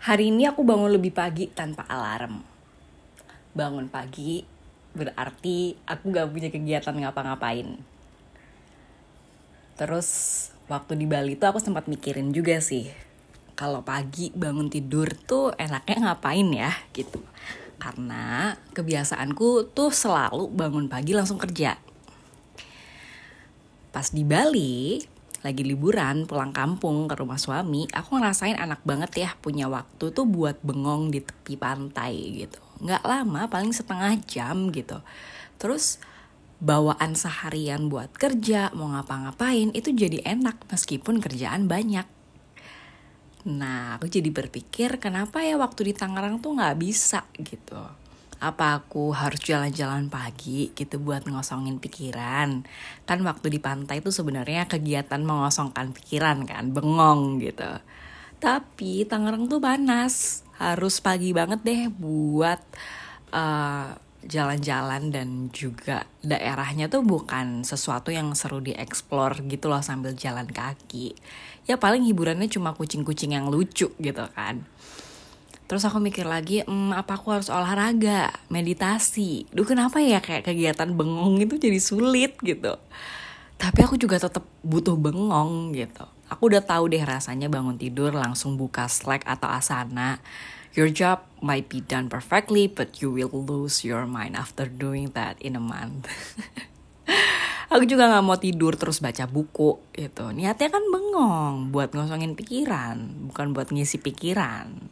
Hari ini aku bangun lebih pagi tanpa alarm. Bangun pagi berarti aku gak punya kegiatan ngapa-ngapain. Terus waktu di Bali tuh aku sempat mikirin juga sih, kalau pagi bangun tidur tuh enaknya ngapain ya gitu. Karena kebiasaanku tuh selalu bangun pagi langsung kerja. Pas di Bali, lagi liburan pulang kampung ke rumah suami, aku ngerasain enak banget ya punya waktu tuh buat bengong di tepi pantai gitu. Nggak lama, paling setengah jam gitu. Terus bawaan seharian buat kerja, mau ngapa-ngapain itu jadi enak meskipun kerjaan banyak. Nah, aku jadi berpikir kenapa ya waktu di Tangerang tuh nggak bisa gitu. Apa aku harus jalan-jalan pagi gitu buat ngosongin pikiran? Kan waktu di pantai tuh sebenarnya kegiatan mengosongkan pikiran kan, bengong gitu. Tapi Tangerang tuh panas, harus pagi banget deh buat eh, jalan-jalan, dan juga daerahnya tuh bukan sesuatu yang seru dieksplor gitu loh sambil jalan kaki. Ya paling hiburannya cuma kucing-kucing yang lucu gitu kan. Terus aku mikir lagi, apa aku harus olahraga, meditasi? Duh kenapa ya kayak kegiatan bengong itu jadi sulit gitu. Tapi aku juga tetap butuh bengong gitu. Aku udah tahu deh rasanya bangun tidur langsung buka Slack atau Asana. Your job might be done perfectly, but you will lose your mind after doing that in a month. Aku juga gak mau tidur terus baca buku gitu. Niatnya kan bengong, buat ngosongin pikiran, bukan buat ngisi pikiran.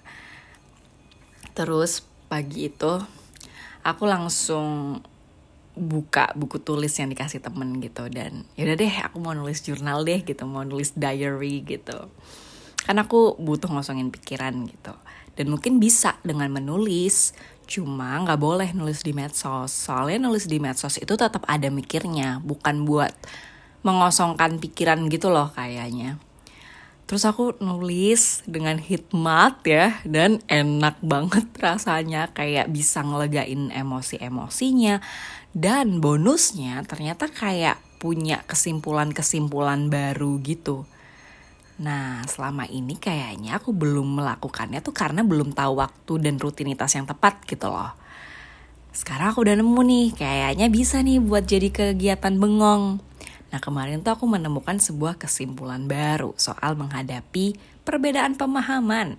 Terus pagi itu aku langsung buka buku tulis yang dikasih temen gitu, dan yaudah deh aku mau nulis jurnal deh gitu, mau nulis diary gitu. Kan aku butuh ngosongin pikiran gitu. Dan mungkin bisa dengan menulis, cuma gak boleh nulis di medsos. Soalnya nulis di medsos itu tetap ada mikirnya, bukan buat mengosongkan pikiran gitu loh kayaknya. Terus aku nulis dengan hikmat ya, dan enak banget rasanya, kayak bisa ngelegain emosi-emosinya. Dan bonusnya ternyata kayak punya kesimpulan-kesimpulan baru gitu. Nah, selama ini kayaknya aku belum melakukannya tuh karena belum tahu waktu dan rutinitas yang tepat gitu loh. Sekarang aku udah nemu nih, kayaknya bisa nih buat jadi kegiatan bengong. Nah, kemarin tuh aku menemukan sebuah kesimpulan baru soal menghadapi perbedaan pemahaman.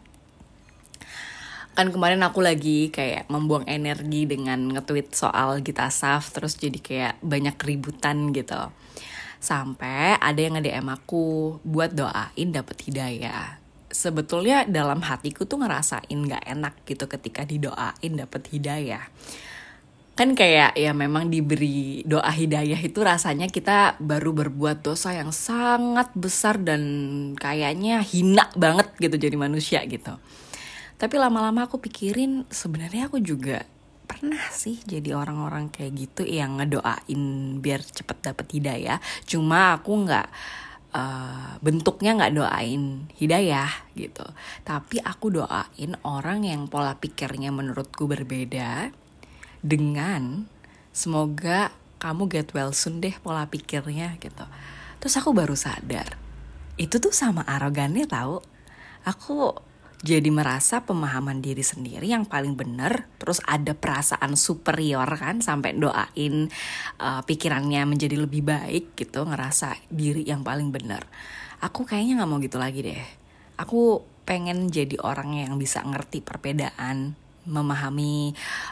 Kan kemarin aku lagi kayak membuang energi dengan nge-tweet soal Gita Saf, terus jadi kayak banyak keributan gitu. Sampai ada yang nge-DM aku buat doain dapet hidayah. Sebetulnya dalam hatiku tuh ngerasain gak enak gitu ketika didoain dapet hidayah. Kan kayak ya memang diberi doa hidayah itu rasanya kita baru berbuat dosa yang sangat besar dan kayaknya hina banget gitu jadi manusia gitu. Tapi lama-lama aku pikirin sebenarnya aku juga pernah sih jadi orang-orang kayak gitu yang ngedoain biar cepet dapet hidayah. Cuma aku nggak bentuknya nggak doain hidayah gitu. Tapi aku doain orang yang pola pikirnya menurutku berbeda, dengan semoga kamu get well soon deh pola pikirnya gitu. Terus aku baru sadar, itu tuh sama arogannya tahu. Aku jadi merasa pemahaman diri sendiri yang paling benar, terus ada perasaan superior kan, sampai doain pikirannya menjadi lebih baik gitu, ngerasa diri yang paling benar. Aku kayaknya gak mau gitu lagi deh. Aku pengen jadi orang yang bisa ngerti perbedaan, memahami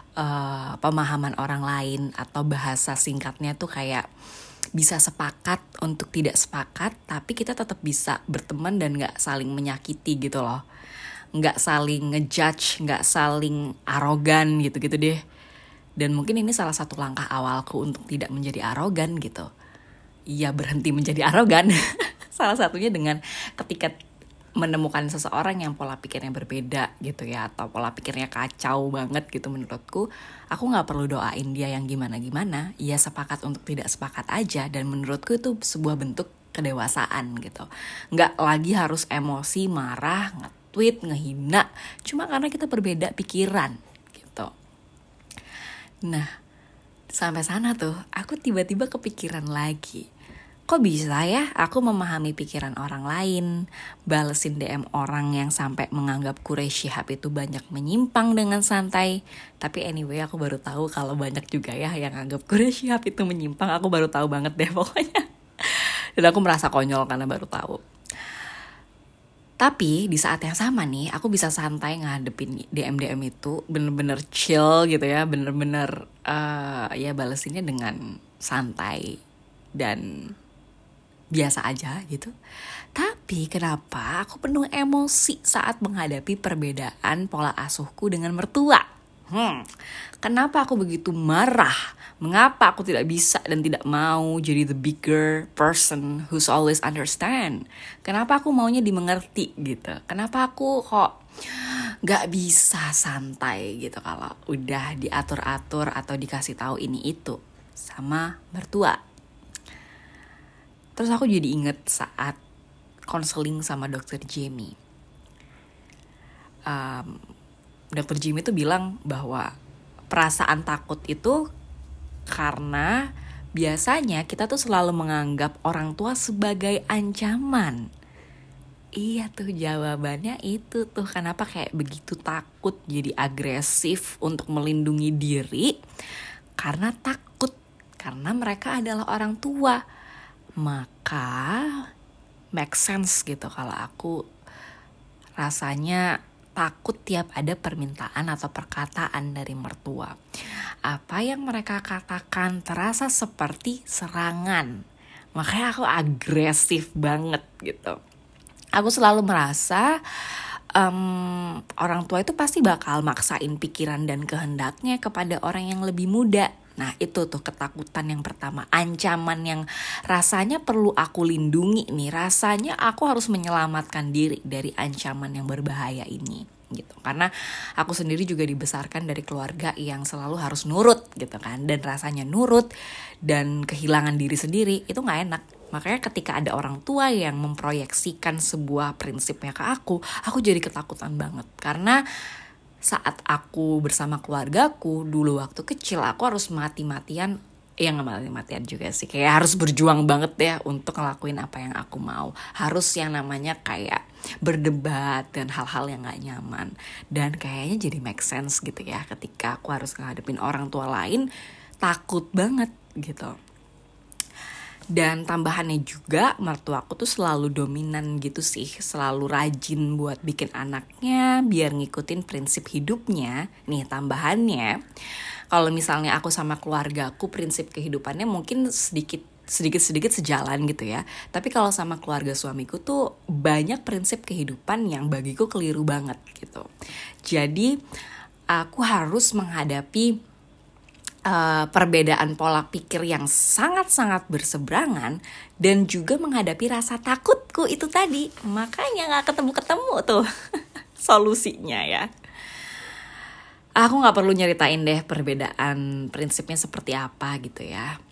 pemahaman orang lain, atau bahasa singkatnya tuh kayak bisa sepakat untuk tidak sepakat, tapi kita tetap bisa berteman dan gak saling menyakiti gitu loh. Gak saling ngejudge, gak saling arogan gitu-gitu deh. Dan mungkin ini salah satu langkah awalku untuk tidak menjadi arogan gitu. Iya, berhenti menjadi arogan. Salah satunya dengan ketika menemukan seseorang yang pola pikirnya berbeda gitu ya, atau pola pikirnya kacau banget gitu menurutku, aku gak perlu doain dia yang gimana-gimana. Ia sepakat untuk tidak sepakat aja, dan menurutku itu sebuah bentuk kedewasaan gitu. Gak lagi harus emosi, marah, nge-tweet, ngehina, cuma karena kita berbeda pikiran gitu. Nah, sampai sana tuh aku tiba-tiba kepikiran lagi, kok bisa ya aku memahami pikiran orang lain, balesin DM orang yang sampai menganggapku Shihab itu banyak menyimpang dengan santai. Tapi anyway, aku baru tahu kalau banyak juga ya yang anggap Shihab itu menyimpang. Aku baru tahu banget deh pokoknya. Dan aku merasa konyol karena baru tahu. Tapi di saat yang sama nih, aku bisa santai ngadepin DM-DM itu, bener-bener chill gitu ya, bener-bener ya balesinnya dengan santai dan biasa aja gitu. Tapi kenapa aku penuh emosi saat menghadapi perbedaan pola asuhku dengan mertua? Kenapa aku begitu marah? Mengapa aku tidak bisa dan tidak mau jadi the bigger person who's always understand? Kenapa aku maunya dimengerti gitu? Kenapa aku kok gak bisa santai gitu kalau udah diatur-atur atau dikasih tahu ini itu sama mertua? Terus aku jadi inget saat konseling sama Dr. Jamie. Dr. Jamie tuh bilang bahwa perasaan takut itu karena biasanya kita tuh selalu menganggap orang tua sebagai ancaman. Iya tuh jawabannya itu tuh, kenapa kayak begitu takut jadi agresif untuk melindungi diri. Karena takut, karena mereka adalah orang tua. Maka make sense gitu kalau aku rasanya takut tiap ada permintaan atau perkataan dari mertua. Apa yang mereka katakan terasa seperti serangan. Makanya aku agresif banget gitu. Aku selalu merasa orang tua itu pasti bakal maksain pikiran dan kehendaknya kepada orang yang lebih muda. Nah itu tuh ketakutan yang pertama, ancaman yang rasanya perlu aku lindungi nih, rasanya aku harus menyelamatkan diri dari ancaman yang berbahaya ini gitu. Karena aku sendiri juga dibesarkan dari keluarga yang selalu harus nurut gitu kan, dan rasanya nurut dan kehilangan diri sendiri itu gak enak. Makanya ketika ada orang tua yang memproyeksikan sebuah prinsipnya ke aku jadi ketakutan banget. Karena saat aku bersama keluargaku dulu waktu kecil, aku harus mati-matian, ya gak mati-matian juga sih, kayak harus berjuang banget ya untuk ngelakuin apa yang aku mau. Harus yang namanya kayak berdebat dan hal-hal yang gak nyaman. Dan kayaknya jadi make sense gitu ya, ketika aku harus ngadepin orang tua lain, takut banget gitu. Dan tambahannya juga mertuaku tuh selalu dominan gitu sih, selalu rajin buat bikin anaknya biar ngikutin prinsip hidupnya. Nih tambahannya, kalau misalnya aku sama keluargaku prinsip kehidupannya mungkin sedikit sejalan gitu ya. Tapi kalau sama keluarga suamiku tuh banyak prinsip kehidupan yang bagiku keliru banget gitu. Jadi aku harus menghadapi perbedaan pola pikir yang sangat-sangat berseberangan dan juga menghadapi rasa takutku itu tadi. Makanya gak ketemu-ketemu tuh solusinya ya. Aku gak perlu nyeritain deh perbedaan prinsipnya seperti apa gitu ya.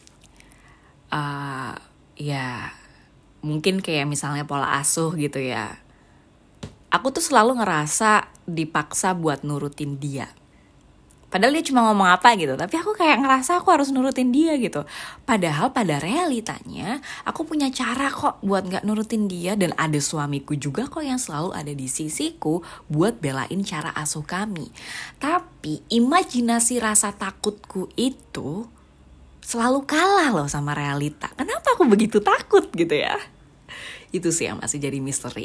Ya mungkin kayak misalnya pola asuh gitu ya. Aku tuh selalu ngerasa dipaksa buat nurutin dia. Padahal dia cuma ngomong apa gitu, tapi aku kayak ngerasa aku harus nurutin dia gitu. Padahal pada realitanya aku punya cara kok buat gak nurutin dia. Dan ada suamiku juga kok yang selalu ada di sisiku buat belain cara asuh kami. Tapi imajinasi rasa takutku itu selalu kalah loh sama realita. Kenapa aku begitu takut gitu ya? Itu sih yang masih jadi misteri.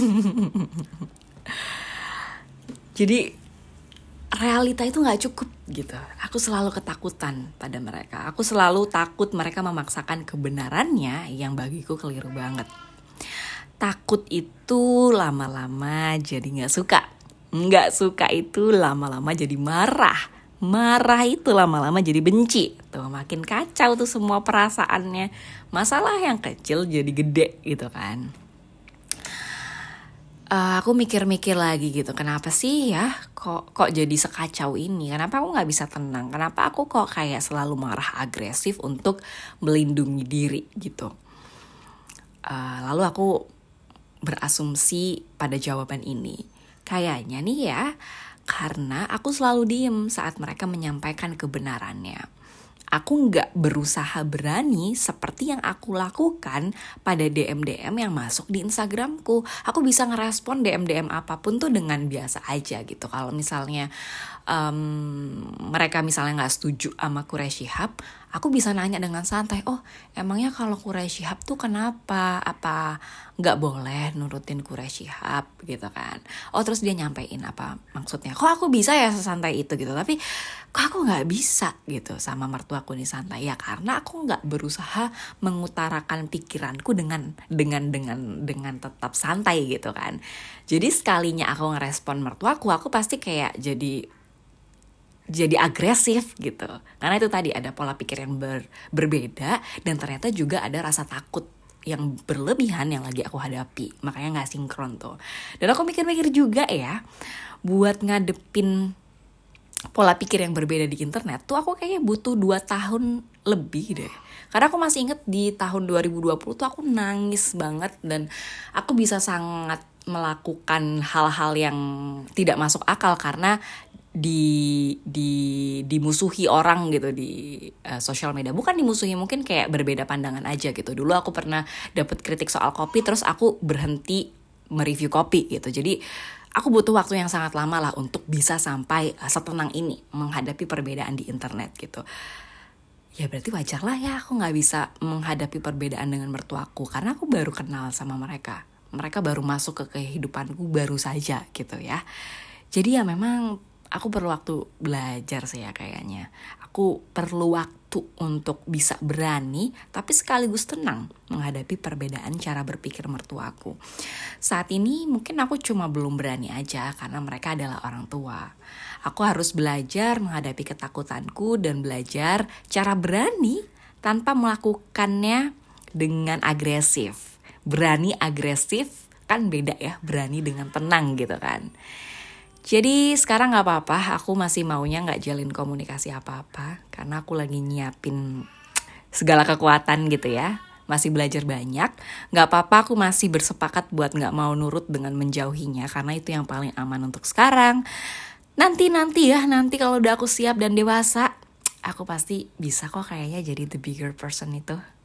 Jadi realita itu gak cukup gitu. Aku selalu ketakutan pada mereka. Aku selalu takut mereka memaksakan kebenarannya yang bagiku keliru banget. Takut itu lama-lama jadi gak suka. Gak suka itu lama-lama jadi marah. Marah itu lama-lama jadi benci. Tuh makin kacau tuh semua perasaannya. Masalah yang kecil jadi gede gitu kan. Aku mikir-mikir lagi gitu, kenapa sih ya kok jadi sekacau ini? Kenapa aku gak bisa tenang? Kenapa aku kok kayak selalu marah agresif untuk melindungi diri gitu? Lalu aku berasumsi pada jawaban ini. Kayaknya nih ya, karena aku selalu diem saat mereka menyampaikan kebenarannya. aku nggak berusaha berani seperti yang aku lakukan pada DM-DM yang masuk di Instagramku. Aku bisa ngerespon DM-DM apapun tuh dengan biasa aja gitu. Kalau misalnya mereka misalnya nggak setuju sama Quraish Shihab, aku bisa nanya dengan santai, oh emangnya kalau Quraish Shihab tuh kenapa? Apa nggak boleh nurutin Quraish Shihab gitu kan? Oh terus dia nyampein apa maksudnya? Kok aku bisa ya sesantai itu gitu? Tapi kok aku nggak bisa gitu sama mertuaku nih santai? Ya karena aku nggak berusaha mengutarakan pikiranku dengan tetap santai gitu kan. Jadi sekalinya aku ngerespon mertuaku, aku pasti kayak jadi agresif gitu. Karena itu tadi ada pola pikir yang berbeda dan ternyata juga ada rasa takut yang berlebihan yang lagi aku hadapi. Makanya gak sinkron tuh. Dan aku mikir-mikir juga ya, buat ngadepin pola pikir yang berbeda di internet tuh aku kayaknya butuh 2 tahun lebih deh. Karena aku masih inget di tahun 2020 tuh aku nangis banget dan aku bisa sangat melakukan hal-hal yang tidak masuk akal karena dimusuhi orang gitu di sosial media. Bukan dimusuhi, mungkin kayak berbeda pandangan aja gitu. Dulu aku pernah dapet kritik soal kopi, terus aku berhenti mereview kopi gitu. Jadi aku butuh waktu yang sangat lama lah untuk bisa sampai setenang ini menghadapi perbedaan di internet gitu. Ya berarti wajar lah ya aku gak bisa menghadapi perbedaan dengan mertuaku, karena aku baru kenal sama mereka. Mereka baru masuk ke kehidupanku baru saja gitu ya. Jadi ya memang aku perlu waktu belajar sih ya kayaknya. Aku perlu waktu untuk bisa berani tapi sekaligus tenang menghadapi perbedaan cara berpikir mertuaku. Saat ini mungkin aku cuma belum berani aja karena mereka adalah orang tua. Aku harus belajar menghadapi ketakutanku dan belajar cara berani tanpa melakukannya dengan agresif. Berani agresif kan beda ya, berani dengan tenang gitu kan. Jadi sekarang gak apa-apa, aku masih maunya gak jalin komunikasi apa-apa. Karena aku lagi nyiapin segala kekuatan gitu ya. Masih belajar banyak. Gak apa-apa, aku masih bersepakat buat gak mau nurut dengan menjauhinya. Karena itu yang paling aman untuk sekarang. Nanti kalau udah aku siap dan dewasa, aku pasti bisa kok kayaknya jadi the bigger person itu.